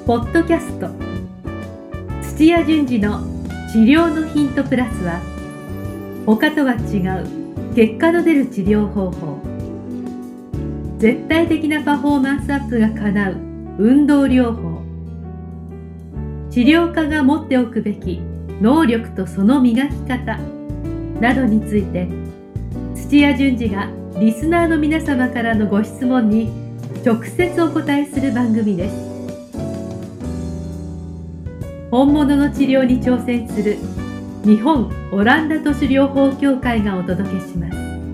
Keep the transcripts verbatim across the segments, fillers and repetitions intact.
ポッドキャスト土屋順次の治療のヒントプラスは、他とは違う結果の出る治療方法、絶対的なパフォーマンスアップが叶う運動療法、治療家が持っておくべき能力とその磨き方などについて、土屋順次がリスナーの皆様からのご質問に直接お答えする番組です。本物の治療に挑戦する日本オランダ都市療法協会がお届けします。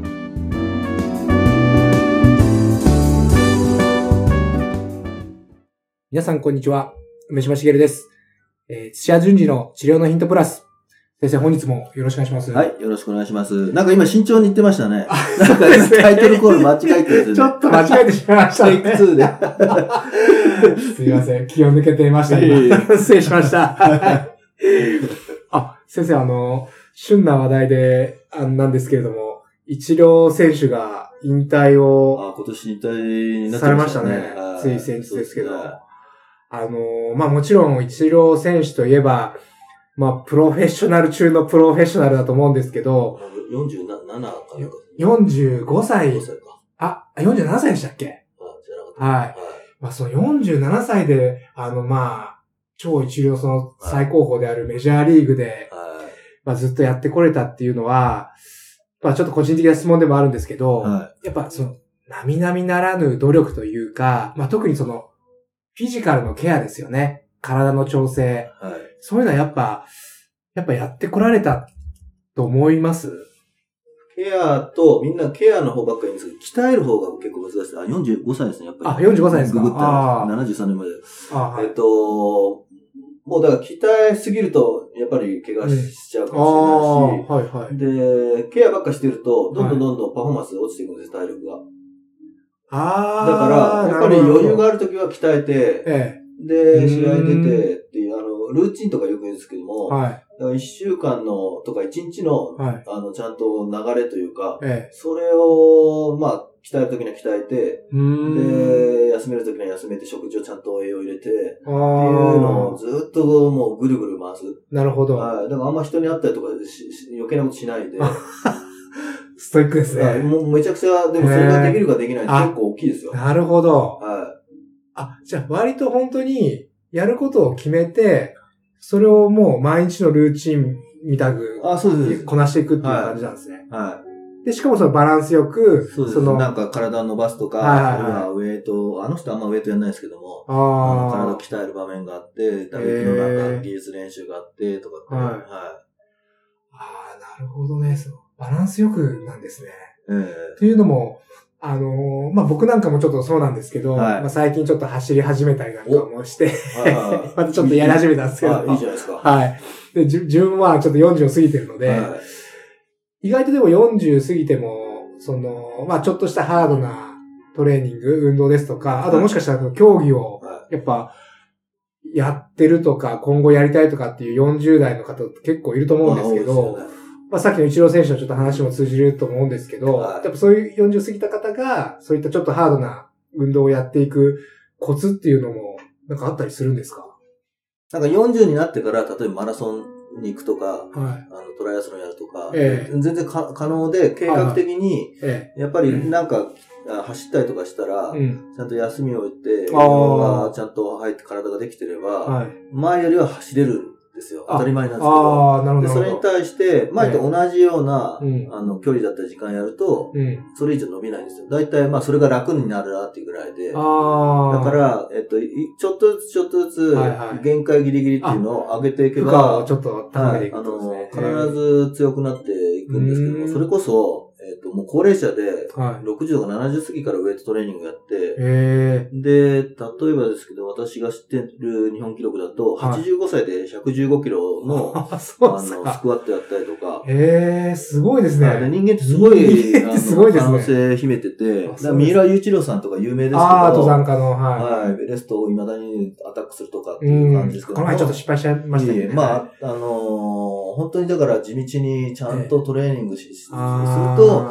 皆さんこんにちは、梅島茂です。えー、土屋順次の治療のヒントプラス。先生、本日もよろしくお願いします。 はい、よろしくお願いします。なんか今慎重に言ってましたね。なんかタイトルコール間違えてる、ね、 ちょっと間違えてしまいましたね。 テイクツーで。 すいません、気を抜けていました。失礼しました。あ、先生、あの、旬な話題で、あなんですけれども、イチロー選手が引退を、 あ、今年引退になってされましたね。つい先日ですけど。あの、まあもちろんイチロー選手といえば、まあプロフェッショナル中のプロフェッショナルだと思うんですけど、 よんじゅうななかなよんじゅうごさい。あ、よんじゅうななさいでしたっけ？ あ、じゃなかった。はい。はい、 まあそのよんじゅうななさいで、あのまあ、超一流その最高峰であるメジャーリーグで、はい、まあずっとやってこれたっていうのは、まあちょっと個人的な質問でもあるんですけど、はい、やっぱその、並々ならぬ努力というか、まあ特にその、フィジカルのケアですよね。体の調整。はい、そういうのはやっぱ、やっぱやってこられたと思います？ ケアと、みんなケアの方ばっかり言うんですけど、鍛える方が結構難しい。あ、よんじゅうごさいですね、やっぱり。 あ、よんじゅうごさいですか。 ググったら、ななじゅうさんねんまで。はい、えっと、もうだから鍛えすぎると、やっぱり怪我しちゃうかもしれないし、うん、はいはい、で、ケアばっかしてると、どんどんどんどんパフォーマンスが落ちていくんです、体力が。ああ。だから、やっぱり余裕があるときは鍛えて、ええ、で、試合出てっていう、あの、ルーチンとかよく言うんですけども、はい、だからいっしゅうかんの、とかいちにちの、はい、あの、ちゃんと流れというか、ええ、それを、まあ、鍛えるときには鍛えて、で、休めるときには休めて、食事をちゃんと栄養入れて、っていうのをずっともうぐるぐる回す。 なるほど。 はい。だからあんま人に会ったりとかし余計なことしないで、 ストイックですね。 もうめちゃくちゃ、でもそれができるかできないって結構大きいですよ。 なるほど。 はい。 あ、じゃあ割と本当にやることを決めて、それをもう毎日のルーチンみたく、あ、そうです。こなしていくっていう感じなんですね。はい。はい、で、しかもそのバランスよく、 そうです。そのなんか体を伸ばすとか、はいはいはい、あるいはウェイト、あの人あんまウェイトやんないですけども、ああ体を鍛える場面があって、打撃のなんか技術練習があって、とかって、はい。はい。ああ、なるほどね。そのバランスよくなんですね。えー、っていうのも、あのー、まあ、僕なんかもちょっとそうなんですけど、はい、まあ、最近ちょっと走り始めたりなんかもして、またちょっとやり始めたんですけど、 いいじゃないですか。 はい。で、自分はちょっとよんじゅうを過ぎてるので、はい、意外とでもよんじゅう過ぎても、その、まあ、ちょっとしたハードなトレーニング、運動ですとか、あともしかしたら競技を、やっぱ、やってるとか、今後やりたいとかっていうよんじゅう代の方って結構いると思うんですけど、まあ、さっきのイチロー選手のちょっと話も通じると思うんですけど、はい、やっぱそういうよんじゅう過ぎた方が、そういったちょっとハードな運動をやっていくコツっていうのも、なんかあったりするんですか？ なんかよんじゅうになってから、例えばマラソンに行くとか、はい、あのトライアスロンやるとか、ええ、全然か可能で、計画的に、ええ、やっぱりなんか、うん、走ったりとかしたら、うん、ちゃんと休みを置いて、栄養がちゃんと入って体ができてれば、はい、前よりは走れる。ですよ。当たり前なんですけど。ああ、なるほど。で、それに対して、前と同じような、ええ、あの、距離だったり時間やると、うん、それ以上伸びないんですよ。だいたい、まあ、それが楽になるなっていうぐらいで。ああ。だから、えっと、ちょっとずつちょっとずつ、限界ギリギリっていうのを上げていけば、 負荷をちょっと高めていく、 ね。はい、あの、必ず強くなっていくんですけども、それこそ、えっと、もう高齢者で、ろくじゅうとかななじゅう過ぎからウェイトトレーニングやって、で、例えばですけど、私が知ってる日本記録だと、はちじゅうごさいでひゃくじゅうごキロの、あの、スクワットやったりとか。 へー、すごいですね。 で人間ってすごい、あの、すごいですね、可能性秘めてて、三浦雄一郎さんとか有名ですけど、 ああ、登山家の、はい。 はい、ベレストを未だにアタックするとかっていう感じですけど、 この前ちょっと失敗しちゃいましたね。 まあ、あのー、本当にだから地道にちゃんとトレーニングし、すると、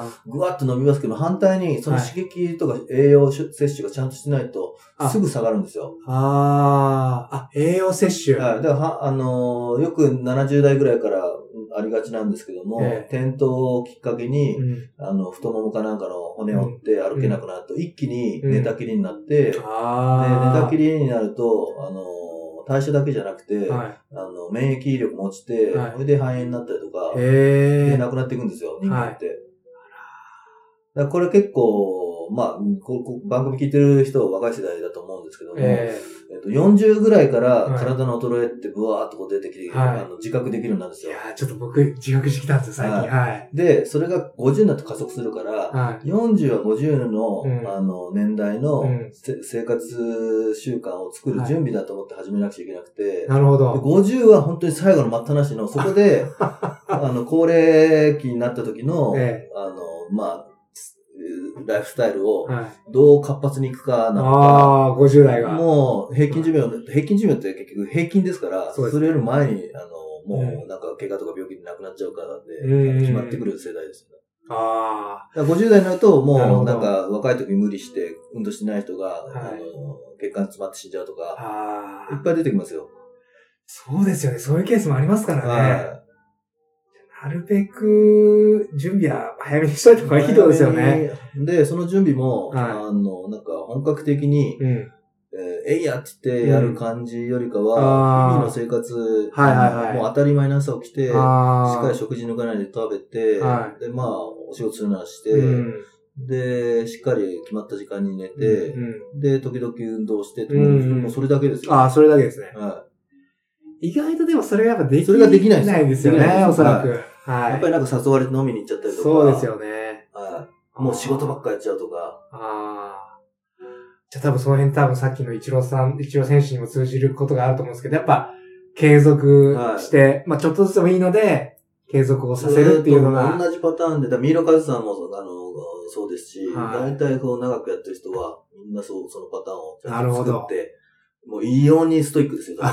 ぐわっと伸びますけど、反対にその刺激とか栄養摂取がちゃんとしてないと、すぐ下がるんですよ。 ああ、あ、栄養摂取。 はい。だからは、あのー、よくななじゅう代ぐらいからありがちなんですけども、えー、転倒をきっかけに、うん、あの、太ももかなんかの骨を折って歩けなくなると、うん、一気に寝たきりになって、うん、で、寝たきりになると、あのー、代謝だけじゃなくて、はい、あの、免疫力も落ちて、はい、それで肺炎になったりとか、で、亡くなっていくんですよ、人間って。はい、だからこれ結構、まあここ、番組聞いてる人は若い世代だと思うんですけども、えーえっと、よんじゅうぐらいから体の衰えってブワーっとこう出てきて、はい、あの自覚できるようになるんですよ。 いやーちょっと僕自覚してきたんですよ、最近。はい。はい、 で、それがごじゅうになって加速するから、はい、よんじゅうはごじゅうの、うん、あの、年代の、うん、生活習慣を作る準備だと思って始めなくちゃいけなくて、 なるほど。 ごじゅうは本当に最後の待ったなしの、そこで、あの、高齢期になった時の、ええ、あの、まあ、ライフスタイルをどう活発にいくかなのか、 ああ、ごじゅう代が。 もう平均寿命、平均寿命って結局平均ですから、そ, それより前に、あの、もうなんか怪我とか病気で亡くなっちゃうからで、うん、決まってくる世代ですよね。 ああ。 ごじゅう代になると、もうなんか若い時無理して運動してない人が、はい、あの血管詰まって死んじゃうとか、あいっぱい出てきますよ。 そうですよね。そういうケースもありますからね。はいなるべく、準備は早めにしといた方がいいとですよね。 で、その準備も、はい、あの、なんか本格的に、うんえー、えいやって言ってやる感じよりかは、うん、日々の生活、はいはいはい、もう当たり前の朝起きて、しっかり食事抜かないで食べて、はい、で、まあ、お仕事するならして、うん、で、しっかり決まった時間に寝て、うん、で、時々運動して、うん、もうそれだけですよ。 ああ、それだけですね。はい、意外とでもそれがやっぱできないですよね、おそらく。はいはい。やっぱりなんか誘われて飲みに行っちゃったりとか。 そうですよね。 はい。もう仕事ばっかやっちゃうとか。 ああ。じゃあ多分その辺多分さっきのイチローさん、イチロー選手にも通じることがあると思うんですけど、やっぱ継続して、はい、まあちょっとずつでもいいので、継続をさせるっていうのが。 同じパターンで、だミーロカズさんもあのそうですし、はい、大体こう長くやってる人はみんなそうそのパターンをちゃんと作って、もう異様にストイックですよ。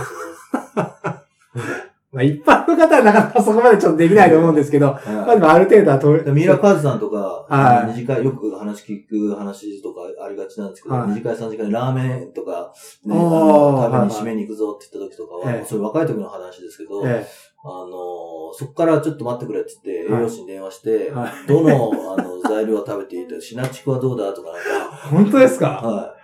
まあ一般の方はなかなかそこまでちょっとできないと思うんですけど、はい、まあでもある程度はとる。ミーラカーズさんとか、はい、二次会、よく話聞く話とかありがちなんですけど、はい、二次会三次会でラーメンとか、ね、あの食べに締めに行くぞって言った時とかは、はい、それ若い時の話ですけど、はい、あの、そこからちょっと待ってくれって言って、栄養士に電話して、はい、どの、あの、材料を食べていて、シナチクはどうだとかなんか。 本当ですか？ はい。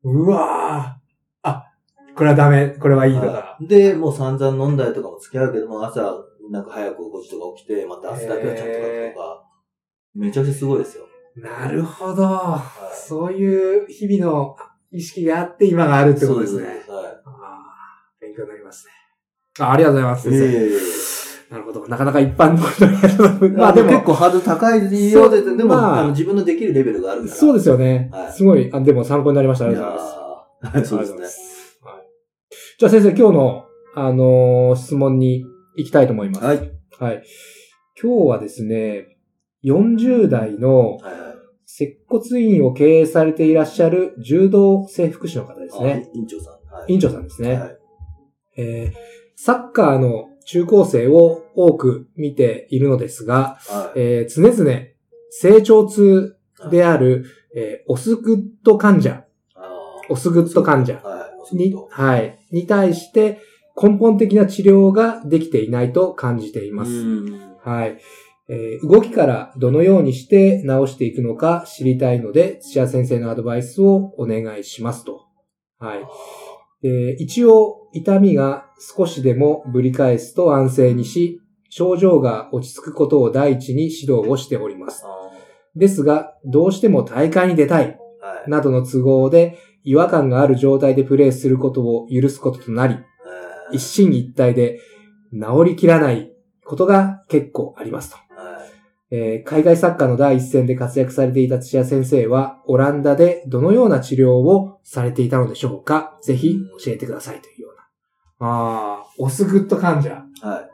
うわぁ。これはダメ、これはいいとか、はい。で、もう散々飲んだりとかも付き合うけども、朝、なんか早くごじとか起きて、また明日だけはちゃんと書くとか、めちゃくちゃすごいですよ。 なるほど、はい。そういう日々の意識があって今があるってことですね。そうです。はい。あ勉強になりますね。あ、ありがとうございます。先生。えー、なるほど。なかなか一般の人にやるのまあでも結構ハードル高いようで、でも、まあ、あの自分のできるレベルがあるから。 そうですよね。はい、すごい、あ、でも参考になりました。ありがとうございます。 そうですね。 じゃあ先生、今日の、あのー、質問に行きたいと思います。 はい。 はい。今日はですね、よんじゅう代の接骨院を経営されていらっしゃる柔道整復師の方ですね。 院長さん。 はい、院長さんですね。はい。えー、サッカーの中高生を多く見ているのですが、はい、えー、常々成長痛である、えー、オスグッド患者、オスグッド患者。はいに、はい。に対して、根本的な治療ができていないと感じています。はい。えー、動きからどのようにして治していくのか知りたいので、土屋先生のアドバイスをお願いしますと。はい。えー、一応、痛みが少しでもぶり返すと安静にし、症状が落ち着くことを第一に指導をしております。ですが、どうしても大会に出たい、などの都合で、違和感がある状態でプレーすることを許すこととなり、一進一退で治りきらないことが結構ありますと。えー、海外サッカーの第一線で活躍されていた土屋先生は、オランダでどのような治療をされていたのでしょうか？ぜひ教えてくださいというような。ああ、オスグッド患者。 はい。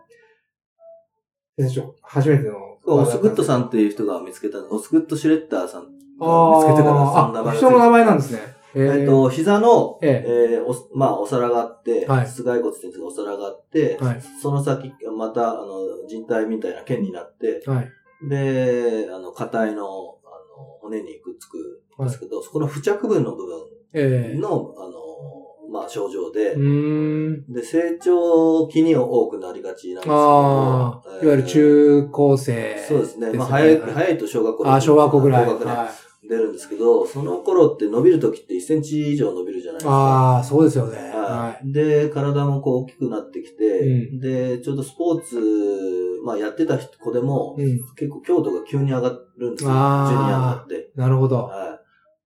先生、初めての。 オスグッドさんっていう人が見つけたの。オスグッドシュレッダーさんが見つけてからそんな名前。あ、人の名前なんですね。 えー、えっと、膝の、えええー、お、まあ、お皿があって、はい、頭蓋骨っていうお皿があって、はい、その先、また、あの、人体みたいな剣になって、はい、 で、あの、硬いの、あの、骨にくっつくんですけど、はい、そこの付着部の部分の、えー、あの、まあ、症状で、で、成長期に多くなりがちなんですけど、 あえー、いわゆる中高生、ね。 そうですね。まあ、早い、早いと小学校あ、小学校ぐらい。 高学年出るんですけど、その頃って伸びるときっていっセンチ以上伸びるじゃないですか。 ああ、そうですよね。 はい。で、体もこう大きくなってきて、うん、で、ちょうどスポーツ、まあやってた子でも、うん、結構強度が急に上がるんですよ。ジュニアになって。 なるほど。 はい。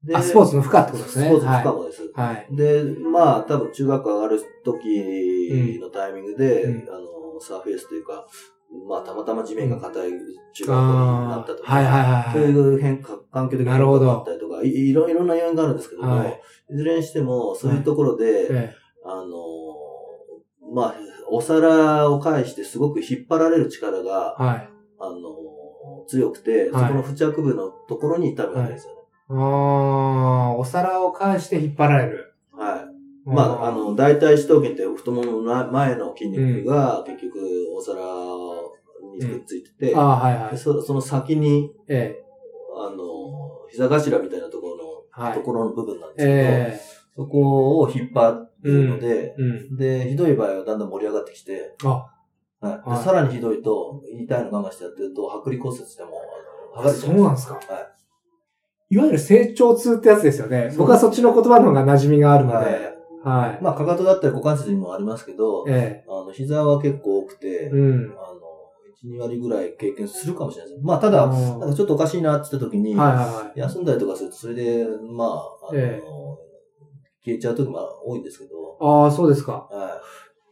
で、あ、スポーツの負荷ってことですね。 スポーツの負荷もです。 はい。 で、まあ多分中学校上がる時のタイミングで、うん、あの、サーフェイスというか、まあ、たまたま地面が硬い中学校になったとか、はいはいはい、そういう変化、環境的な変化があったりとか、い, いろいろな要因があるんですけども、はい、いずれにしても、そういうところで、はい、あの、まあ、お皿を返してすごく引っ張られる力が、はい、あの、強くて、はい、そこの付着部のところに痛みがあるんですよね。 はい、ああ、お皿を返して引っ張られる。 はい。まあ、あの、大腿四頭筋って太ももの前の筋肉が、結局、お皿にくっついてて、うん、あはいはい、そ, その先に、ええ、あの、膝頭みたいなところの、はい、ところの部分なんですけど、ええ、そこを引っ張るので、うんうん、で、ひどい場合はだんだん盛り上がってきて、あはいはい、でさらにひどいと、痛いの我慢してやってると、剥離骨折でも、 あの、剥がれちゃう。そうなんですか。はい。いわゆる成長痛ってやつですよね。僕はそっちの言葉の方が馴染みがあるので。はいはい。まあ、かかとだったり股関節にもありますけど、ええ、あの、膝は結構多くて、うん、あの、いち、に割ぐらい経験するかもしれないです。まあ、ただ、なんかちょっとおかしいなって言った時に、はいはいはい、休んだりとかすると、それで、まあ、あの、ええ、消えちゃう時も多いんですけど。 ああ、そうですか。はい。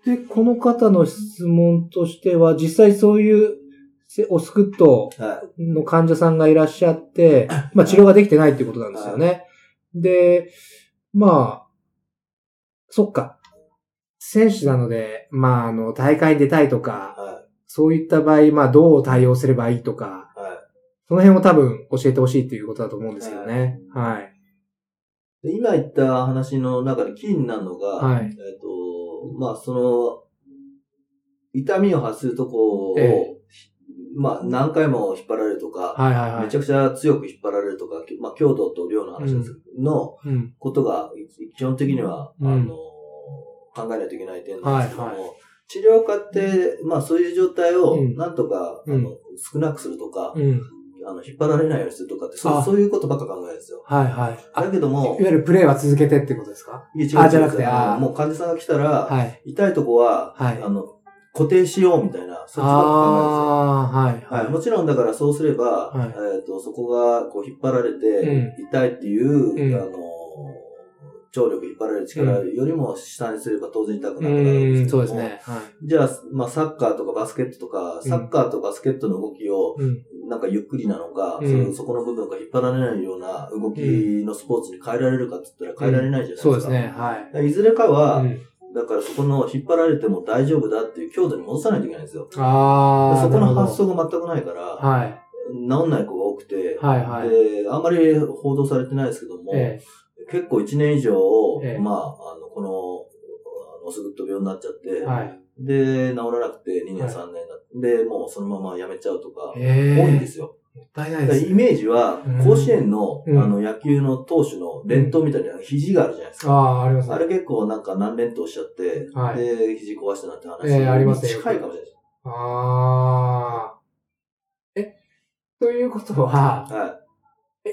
で、この方の質問としては、実際そういう、オスクットの患者さんがいらっしゃって、はい、まあ、治療ができてないっていうことなんですよね。はい、で、まあ、そっか。選手なので、まあ、あの、大会に出たいとか、はい、そういった場合、まあ、どう対応すればいいとか、はい、その辺を多分教えてほしいということだと思うんですよね。はい。はい、 で今言った話の中でキーになるのが、はい、えっと、まあ、その、痛みを発するとこを、ええ、まあ、何回も引っ張られるとか、はいはいはい、めちゃくちゃ強く引っ張られるとか、まあ、強度と量の話ですけど、のことが、基本的には、うん、あの、考えないといけない点なんですけども、はいはい、治療家って、まあ、そういう状態を、なんとか、うん、あの、少なくするとか、うん、あの、引っ張られないようにするとかって、そう、そういうことばっか考えるんですよ。 はいはい。 だけども、 いわゆるプレイは続けてってことですか？ いや、違う。あ、じゃなくて、あもう患者さんが来たら、はい、痛いとこは、はい、あの、固定しようみたいな、そっちばっか考えるんですよ。はい、はい。もちろんだからそうすれば、はい、えっと、そこがこう引っ張られて、うん、痛いっていう、うん、あの、張力引っ張られる力よりも下にすれば当然痛くなくなるんですけども、うん、そうですね。はい、じゃあ、まあサッカーとかバスケットとか、サッカーとバスケットの動きを、なんかゆっくりなのか、うん、そ, そこの部分が引っ張られないような動きのスポーツに変えられるかって言ったら変えられないじゃないですか。うん、そうですね。はい。いずれかは、うんだからそこの引っ張られても大丈夫だっていう強度に戻さないといけないんですよ。ああ。そこの発想が全くないから、はい。治んない子が多くて、はいはい。で、あんまり報道されてないですけども、ええ、結構いちねん以上、ええ、まあ、あの、この、オスグッド病になっちゃって、はい。で、治らなくてにねんさんねんだって、はい、で、もうそのまま辞めちゃうとか、多いんですよ。もったいないですね。イメージは、甲子園の、うん、あの、野球の投手の連投みたいな肘があるじゃないですか。ああ、ありますね。あれ結構なんか何連投しちゃって、はい、で、肘壊したなんて話。えー、ありますね。近いかもしれないです。 ああ。え、ということは、はい。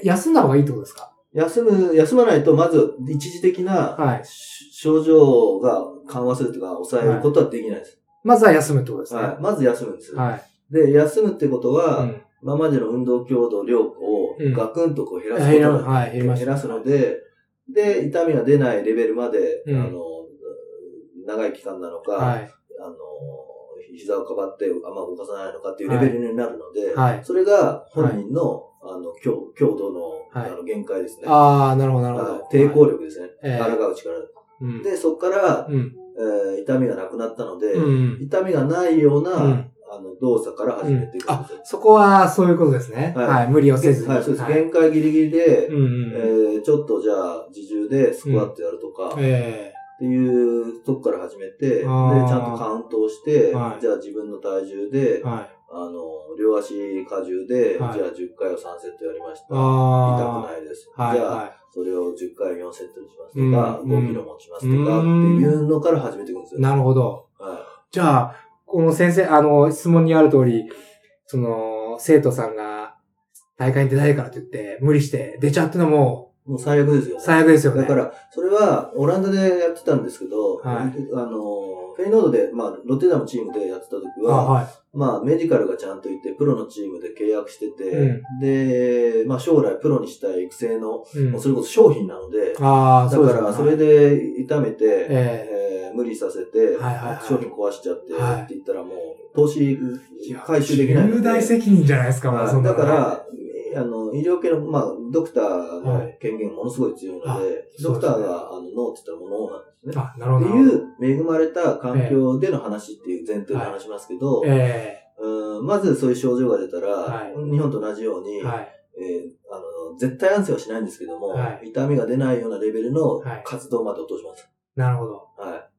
休んだ方がいいってことですか？ 休む、休まないと、まず一時的な、はい。症状が緩和するとか、抑えることはできないです。はい、 まずは休むってことですね。はい。 まず休むんです。はい。で、休むってことは、うん今までの運動強度量をガクンとこう減らすことが、うんはい、減らすので、で、痛みが出ないレベルまで、うん、あの、長い期間なのか、はい、あの、膝をかばってあんま動かさないのかっていうレベルになるので、はい、それが本人の、はい、あの、強、強度の、はい、あの限界ですね。 ああ、なるほど、なるほど。 抵抗力ですね。はい、抗う力、うん。で、そこから、うんえー、痛みがなくなったので、うん、痛みがないような、うんあの、動作から始めていく、うん。 あ、そこはそういうことですね。はい。はい、無理をせずに。 はい、そうです。はい、限界ギリギリで、うんうんえー、ちょっとじゃあ、自重でスクワットやるとか、うんえー、っていうとこから始めて、で、ちゃんとカウントをして、はい、じゃあ自分の体重で、はい、 あの、両足荷重で、はい、じゃあじゅっかいをさんセットやりました。痛くないです。はい、じゃあ、はい、それをじゅっかいをよんセットにしますとか、うん、ごキロ持ちますとかっていうのから始めていくんですよ。 なるほど。はい、じゃあ、この先生、あの、質問にある通り、その、生徒さんが大会に出たいからと言って、無理して出ちゃうっていうのも、 もう最悪ですよね。 最悪ですよね。 だから、それは、オランダでやってたんですけど、はい、あの、フェイノードで、まあ、ロッテダムチームでやってた時は、はい、まあ、メディカルがちゃんといて、プロのチームで契約してて、うん、で、まあ、将来プロにしたい育成の、うん、もうそれこそ商品なので、あだから、それで痛めて、えーえー、無理させて、はいはいはい、商品壊しちゃって、はい、って言ったらもう、投資回収できないので。 重大責任じゃないですか、もうそんな。 だから、あの、医療系の、まあ、ドクターの権限ものすごい強いので、はい、ドクターが、あの、ノーって言ったらもうノーなんですね。あ、なるほど。っていう、恵まれた環境での話っていう前提で話しますけど、えーうん、まずそういう症状が出たら、はい、日本と同じように、はいえー、あの、絶対安静はしないんですけども、はい、痛みが出ないようなレベルの活動まで落とします。 なるほど。 はい。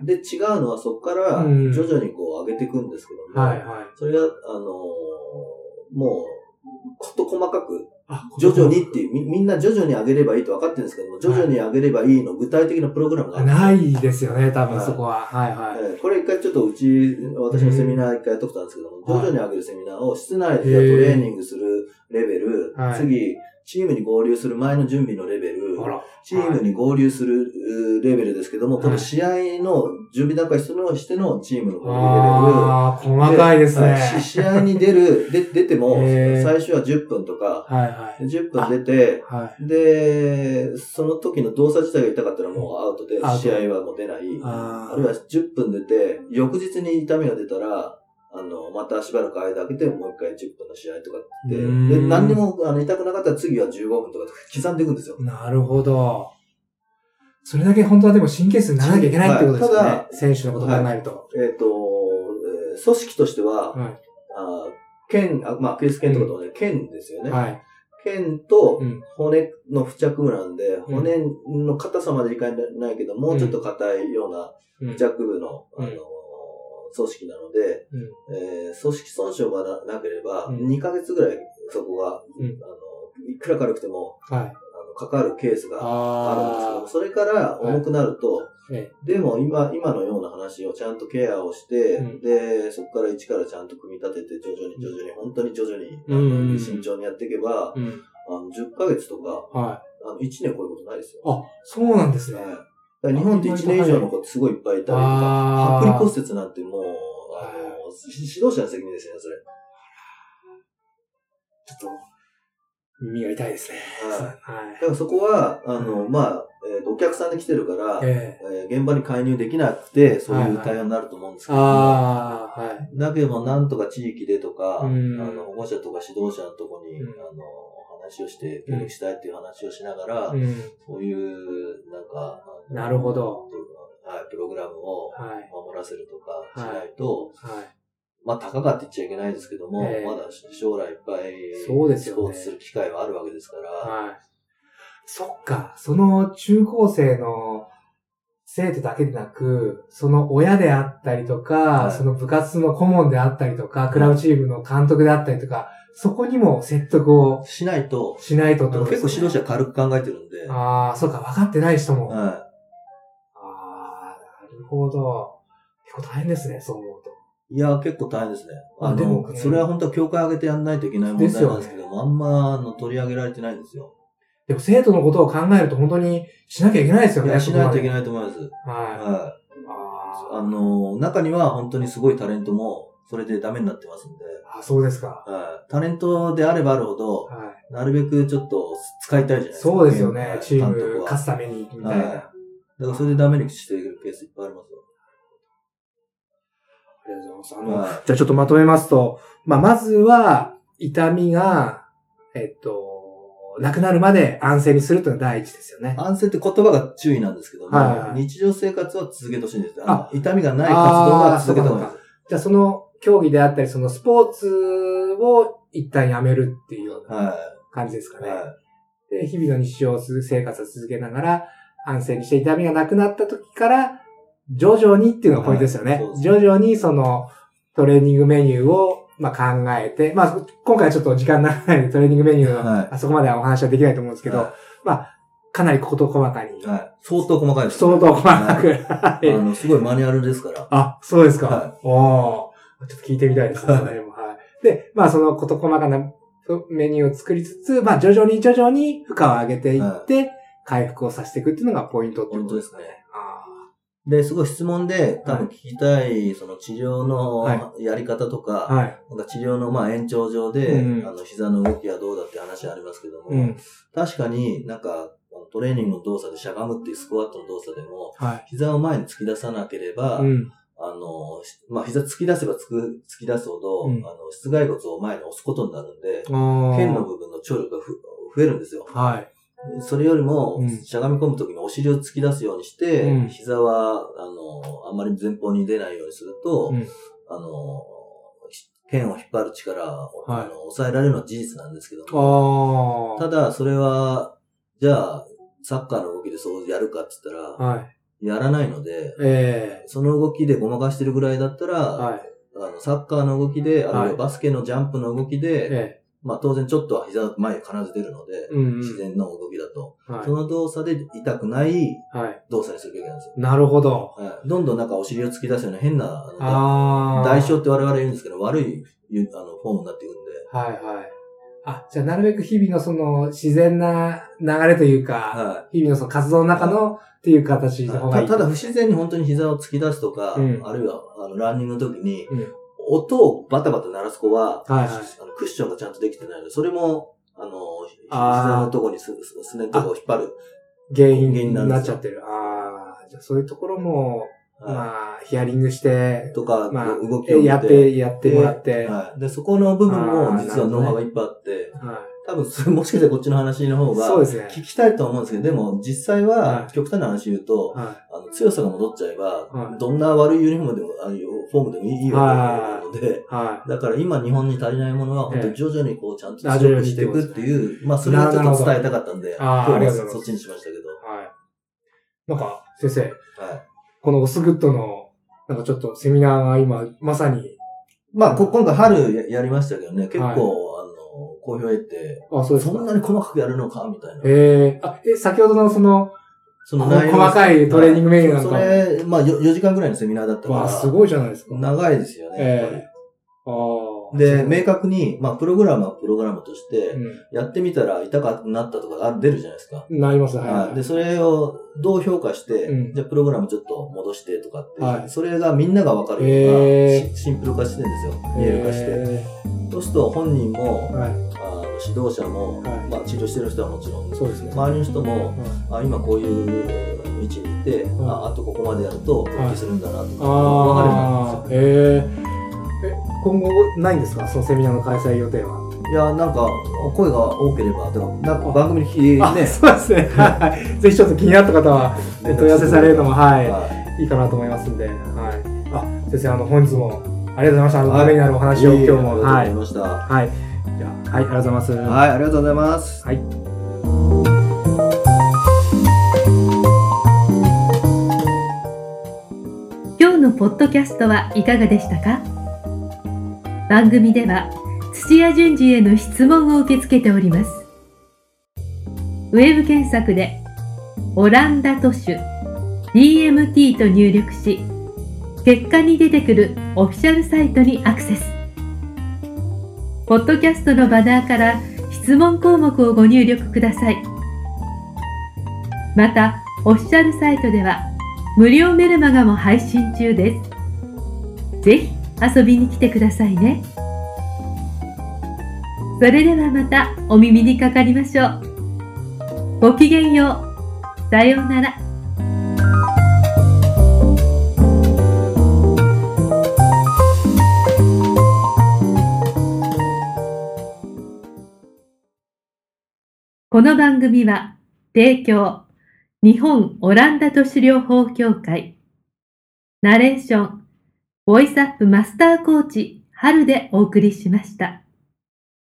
で、違うのはそこから徐々にこう上げていくんですけども、はいはい、それが、あのー、もう、こと細かく、徐々にっていうみ、みんな徐々に上げればいいと分かってるんですけども、徐々に上げればいいの具体的なプログラムがあるんですよ。 ないですよね、多分そこは。はいはい。 これ一回ちょっとうち、私のセミナー一回やっとったんですけども、徐々に上げるセミナーを室内でトレーニングするレベル、次、チームに合流する前の準備のレベル、チームに合流するレベルですけども、この試合の準備段階してのしてのチームのレベル。 ああ、細かいですね。 試合に出る、で出ても、最初はじゅっぷんとか、はいはい、じゅっぷん出て、はい、で、その時の動作自体が痛かったらもうアウトで、試合はもう出ない。あ, あるいはじゅっぷん出て、翌日に痛みが出たら、あの、またしばらく間空けて、もう一回じゅっぷんの試合とかって、で、何にもあの痛くなかったら次はじゅうごふんとか刻んでいくんですよ。 なるほど。それだけ本当はでも神経質にならなきゃいけないってことですよね。はい、ただ、選手のことを考えると。 はい、えっ、ー、と、えー、組織としては、はい、あ腱、あまあ、クリス腱とかとね、うん、腱ですよね。はい。腱と骨の付着部なんで、うん、骨の硬さまでいかないけど、もうちょっと硬いような付着部の、うん、あの、組織なので、うんえー、組織損傷が な, なければ、うん、にかげつぐらいそこが、うん、あのいくら軽くても、はい、あのかかるケースがあるんですけど、それから重くなると、はい、でも今今のような話をちゃんとケアをして、うん、でそこから一からちゃんと組み立てて徐々に徐々に、うん、本当に徐々に、うん、慎重にやっていけば、うん、あのじゅっかげつとか、はい、あのいちねん超えることないですよ。 あ、そうなんですね。はい日本っていちねん以上の子すごいいっぱいいたりとか、剥離骨折なんてもう、あの、指導者の責任ですよね、それ。 ちょっと、耳が痛いですね。 はい。はい、だからそこは、あの、うん、まあ、えーと、お客さんで来てるから、えーえー、現場に介入できなくて、そういう対応になると思うんですけど、はいはい、あはい、だけども、なんとか地域でとか、うん、あの保護者とか指導者のところに、うん、あの、話をして、協力したいっていう話をしながら、うん、そういう、なんか、 なるほど。 はい、プログラムを守らせるとかしないと、はいはい、まあ、高かって言っちゃいけないですけども、えー、まだ将来いっぱいスポーツする機会はあるわけですから。はい、 そっか、その中高生の生徒だけでなく、その親であったりとか、はい、その部活の顧問であったりとか、クラブチームの監督であったりとか、そこにも説得をしないと、 しないとってことですね。結構指導者軽く考えてるんで。 ああ、そうか、分かってない人も。はい。ああ、なるほど。結構大変ですね、そう思うと。 いや、結構大変ですね。あの、でも、それは本当は協会上げてやんないといけない問題なんですけども、ね、あんまあの取り上げられてないんですよ。 でも生徒のことを考えると本当にしなきゃいけないですよね。 いや、しないといけないと思います。はい。はい。あ, あの、中には本当にすごいタレントも、それでダメになってますんで。 あ、そうですか。 はい。タレントであればあるほど、はい、なるべくちょっと使いたいじゃないですか。 そうですよね。チーム勝つために、みたいな。はい。だからそれでダメにしているケースいっぱいありますよ。 ありがとうございます。あの、はい、じゃあちょっとまとめますと、まあ、まずは、痛みが、えっと、なくなるまで安静にするというのが第一ですよね。 安静って言葉が注意なんですけども、はいはい、日常生活は続けてほしいんです。あ痛みがない活動は続けた方がいいです。 じゃあその競技であったり、そのスポーツを一旦やめるっていうような感じですかね。はいはい、で日々の日常生活を続けながら、安静にして痛みがなくなった時から、徐々にっていうのがポイントですよね。はい、徐々にそのトレーニングメニューをまあ考えて、まあ今回はちょっと時間ないのでトレーニングメニューの、はい、あそこまではお話はできないと思うんですけど、はい、まあかなり事細かに。 はい。相当細かいです、 ね。相当細かく。 はい、あの、すごいマニュアルですから。 あ、そうですか。 はい、 おー。ちょっと聞いてみたいですね。はい。で、まあその事細かなメニューを作りつつ、まあ徐々に徐々に負荷を上げていって、はい、回復をさせていくっていうのがポイントってことですね。 で、すごい質問で多分聞きたい、はい、その治療のやり方とか、はい、なんか治療のまあ延長上で、うん、あの膝の動きはどうだって話ありますけども、うん、確かになんかトレーニングの動作でしゃがむっていうスクワットの動作でも、はい、膝を前に突き出さなければ、うん、あの、まあ、膝突き出せばつく突き出すほど、うん、あの、室外骨を前に押すことになるんで、腱の部分の張力がふ増えるんですよ。はい。それよりも、しゃがみ込むときにお尻を突き出すようにして、うん、膝は、あの、あんまり前方に出ないようにすると、うん、あの、腱を引っ張る力を、はい、あの抑えられるのは事実なんですけども、ただ、それは、じゃあ、サッカーの動きでそうやるかって言ったら、はい、やらないので、えー、その動きでごまかしてるぐらいだったら、はい、あのサッカーの動きで、あるいはバスケのジャンプの動きで、はい、まあ当然ちょっとは膝前必ず出るので、うんうん、自然の動きだと、はい。その動作で痛くない動作にするべきなんですよ。 なるほど。 はい。どんどんなんかお尻を突き出すような変な、代償って我々言うんですけど、悪いあのフォームになっていくんで。 はいはい。あ、じゃあなるべく日々のその自然な流れというか、はい、日々のその活動の中のっていう形の方がいい、 はい、た。ただ不自然に本当に膝を突き出すとか、うん、あるいはあのランニングの時に、うん、音をバタバタ鳴らす子は、はいはい、あのクッションがちゃんとできてないので、それも、あの、膝のところにす、すねのところを引っ張る原因になっちゃってる。ああ、じゃあそういうところも、はい、まあ、ヒアリングして、 とか、まあ、動きをやって、やってもらって。 はい。で、そこの部分も実はノウハウがいっぱいあって、はい。多分、もしかしたらこっちの話の方が、そうですね。聞きたいと思うんですけど、でも、実際は、極端な話言うと、はい、あの強さが戻っちゃえば、はい、どんな悪いユニフォームでも、あのフォームでもいいわけなので、はい、だから今日本に足りないものは、本当に徐々にこう、ちゃんと強くしていくっていう、まあ、それをちょっと伝えたかったんで、今日はそっちにしましたけど。はい。 なんか、先生。はい。このオスグッドの、なんかちょっとセミナーが今、まさに。 まあ、今回春 や, やりましたけどね、結構、はい、あの、好評を得て、あ、そうですか。そんなに細かくやるのかみたいな。 ええー、あ、え、先ほどのその、その細かいトレーニングメニューなんか。 それ、まあよじかんぐらいのセミナーだったから。 わあ、すごいじゃないですか。 長いですよね、やっぱり。えー、あで、明確に、まあ、プログラムはプログラムとして、やってみたら痛くなったとか出るじゃないですか。 なります、はい、 はい。で、それをどう評価して、うん、じゃあプログラムちょっと戻してとかって、はい、それがみんながわかるような、えー、シンプル化してるんですよ。見える化して。えー、そうすると本人も、はい、あの指導者も、はい、まあ、治療してる人はもちろん、そうですね、周りの人も、うん、あ今こういう位置にいて、うん、あ, あとここまでやると復帰するんだなとか、わかるようになるんですよ。 えーえ、今後ないんですかそのセミナーの開催予定は。 いや、なんか、声が多ければ、なんか番組に聞いてね。 そうですね。はい。ぜひちょっと気になった方は、お問い合わせされるのも、はい、はい、いいかなと思いますんで。はい。あ、先生、あの、本日もありがとうございました。あの、ためになるお話を今日も。 ありがとうございました。 はい。じゃあ、はい、ありがとうございます。はい、 ありがとうございます。はい。 今日のポッドキャストはいかがでしたか？番組では土屋順次への質問を受け付けております。ウェブ検索でオランダ都市 ディーエムティー と入力し、結果に出てくるオフィシャルサイトにアクセス。ポッドキャストのバナーから質問項目をご入力ください。また、オフィシャルサイトでは無料メルマガも配信中です。ぜひ遊びに来てくださいね。それではまたお耳にかかりましょう。ごきげんよう。さようなら。この番組は提供日本オランダ都市療法協会、ナレーションボイスアップマスターコーチ春でお送りしました。